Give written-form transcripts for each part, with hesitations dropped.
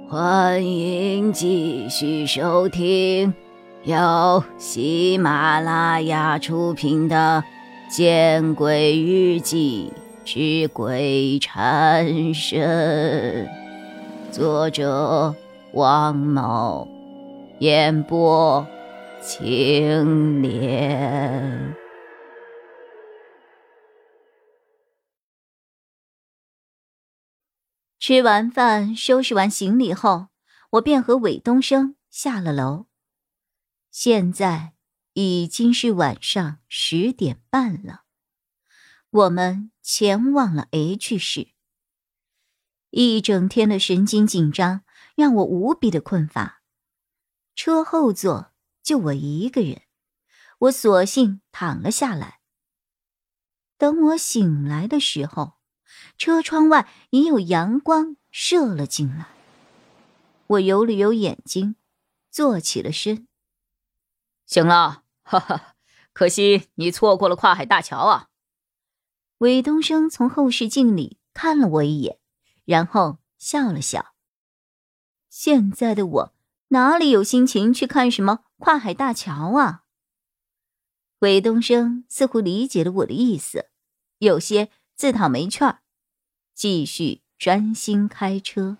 欢迎继续收听由喜马拉雅出品的《见鬼日记之鬼缠身》，作者王某，演播青莲。吃完饭，收拾完行李后，我便和韦东升下了楼。现在已经是晚上10点半了，我们前往了 H 市。一整天的神经紧张让我无比的困乏，车后座就我一个人，我索性躺了下来。等我醒来的时候，车窗外已有阳光射了进来。我揉了揉眼睛，坐起了身。 醒了，哈哈，可惜你错过了跨海大桥啊。 韦东升从后视镜里看了我一眼，然后笑了笑。现在的我哪里有心情去看什么跨海大桥啊？韦东升似乎理解了我的意思，有些自讨没趣儿，继续专心开车。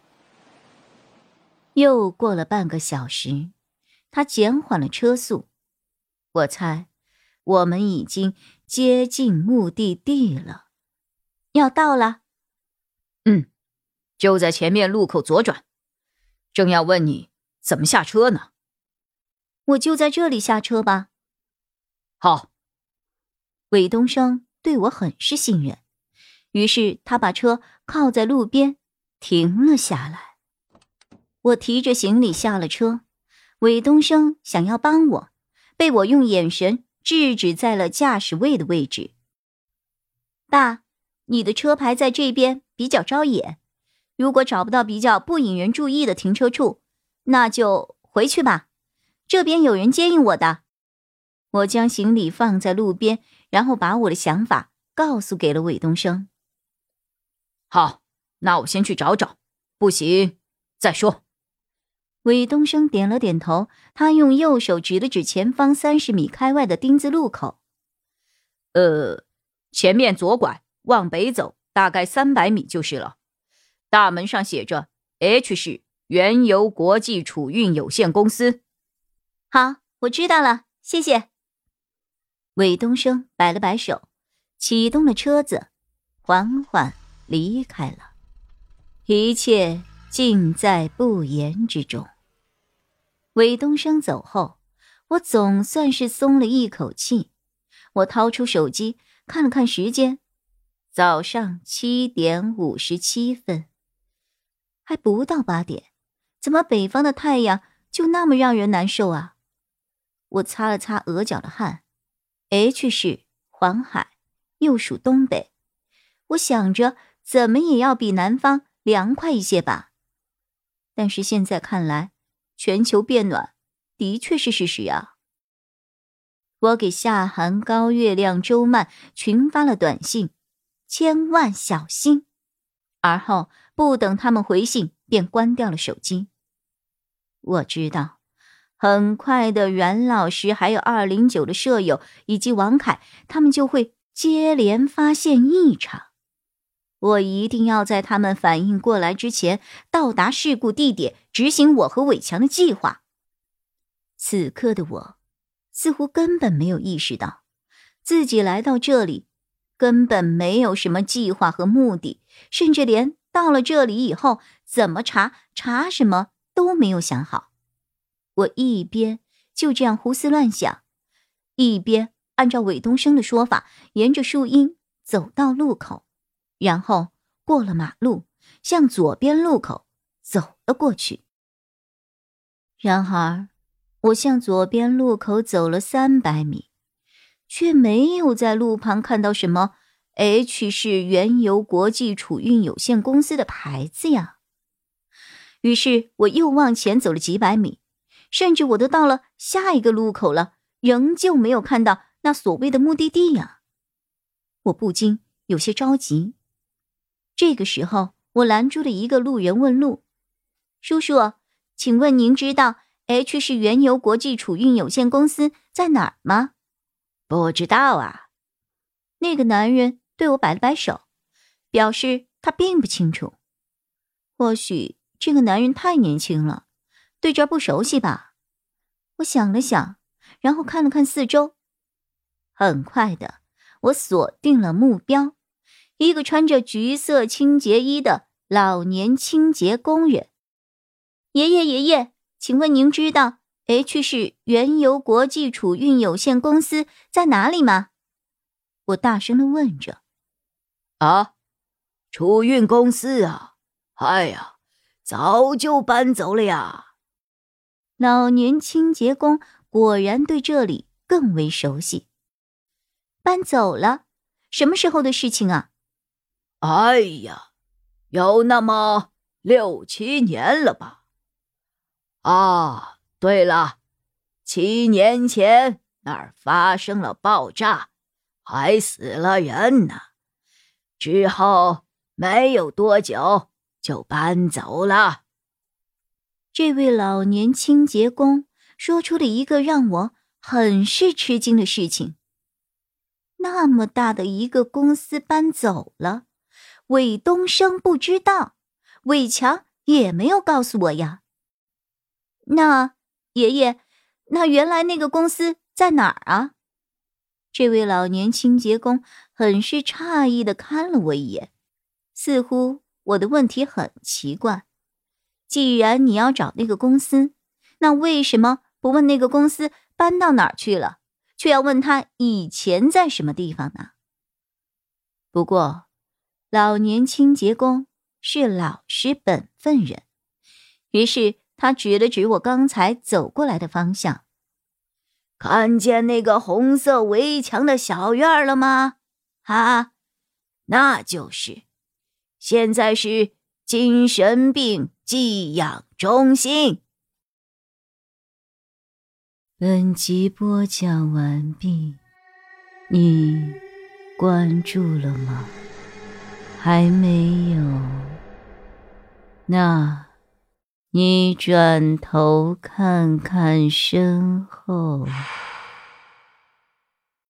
又过了半个小时，他减缓了车速，我猜我们已经接近目的地了，要到了。 就在前面路口左转。正要问你怎么下车呢。 我就在这里下车吧。 好。 韦东升对我很是信任，于是他把车靠在路边停了下来。我提着行李下了车，韦东升想要帮我，被我用眼神制止在了驾驶位的位置。爸，你的车牌在这边比较招眼，如果找不到比较不引人注意的停车处，那就回去吧，这边有人接应我的。我将行李放在路边，然后把我的想法告诉给了韦东升。 好，那我先去找找，不行再说。 韦东升点了点头，他用右手指了指前方30米开外的丁字路口。 前面左拐，往北走，大概300米就是了。大门上写着 H 市原油国际储运有限公司。 好，我知道了，谢谢。韦东升摆了摆手，启动了车子，缓缓离开了。一切尽在不言之中。韦东升走后，我总算是松了一口气。我掏出手机看了看时间，早上7点57分，还不到8点，怎么北方的太阳就那么让人难受啊？我擦了擦额角的汗。H 市环海，又属东北，我想着怎么也要比南方凉快一些吧。但是现在看来，全球变暖的确是事实啊。我给夏寒、高月亮、周曼群发了短信，千万小心。而后不等他们回信，便关掉了手机。我知道很快的，阮老师还有209的舍友以及王凯，他们就会接连发现异常。我一定要在他们反应过来之前到达事故地点，执行我和伟强的计划。此刻的我似乎根本没有意识到自己来到这里根本没有什么计划和目的，甚至连到了这里以后怎么查什么都没有想好。我一边就这样胡思乱想，一边按照韦东升的说法，沿着树荫走到路口，然后过了马路，向左边路口走了过去。然而，我向左边路口走了300米，却没有在路旁看到什么 H 市原油国际储运有限公司的牌子呀。于是我又往前走了几百米，甚至我都到了下一个路口了，仍旧没有看到那所谓的目的地呀。我不禁有些着急。这个时候，我拦住了一个路人问路： 叔叔，请问您知道 H 市原油国际储运有限公司在哪儿吗？ 不知道啊。 那个男人对我摆了摆手，表示他并不清楚。或许这个男人太年轻了，对这儿不熟悉吧。我想了想，然后看了看四周。很快的，我锁定了目标，一个穿着橘色清洁衣的老年清洁工人。爷爷，请问您知道 H 市原油国际储运有限公司在哪里吗？我大声地问着。 啊，储运公司啊，哎呀，早就搬走了呀。 老年清洁工果然对这里更为熟悉。搬走了？什么时候的事情啊？ 哎呀，有那么6、7年了吧。啊，对了，7年前那儿发生了爆炸，还死了人呢。之后没有多久就搬走了。 这位老年清洁工说出了一个让我很是吃惊的事情。那么大的一个公司搬走了，韦东升不知道，韦强也没有告诉我呀。那爷爷，那原来那个公司在哪儿啊？这位老年清洁工很是诧异地看了我一眼，似乎我的问题很奇怪。既然你要找那个公司，那为什么不问那个公司搬到哪儿去了，却要问他以前在什么地方呢？不过，老年清洁工是老实本分人，于是他指了指我刚才走过来的方向。 看见那个红色围墙的小院了吗？啊，那就是，现在是精神病寄养中心。 本集播讲完毕，你关注了吗？还没有？那你转头看看身后。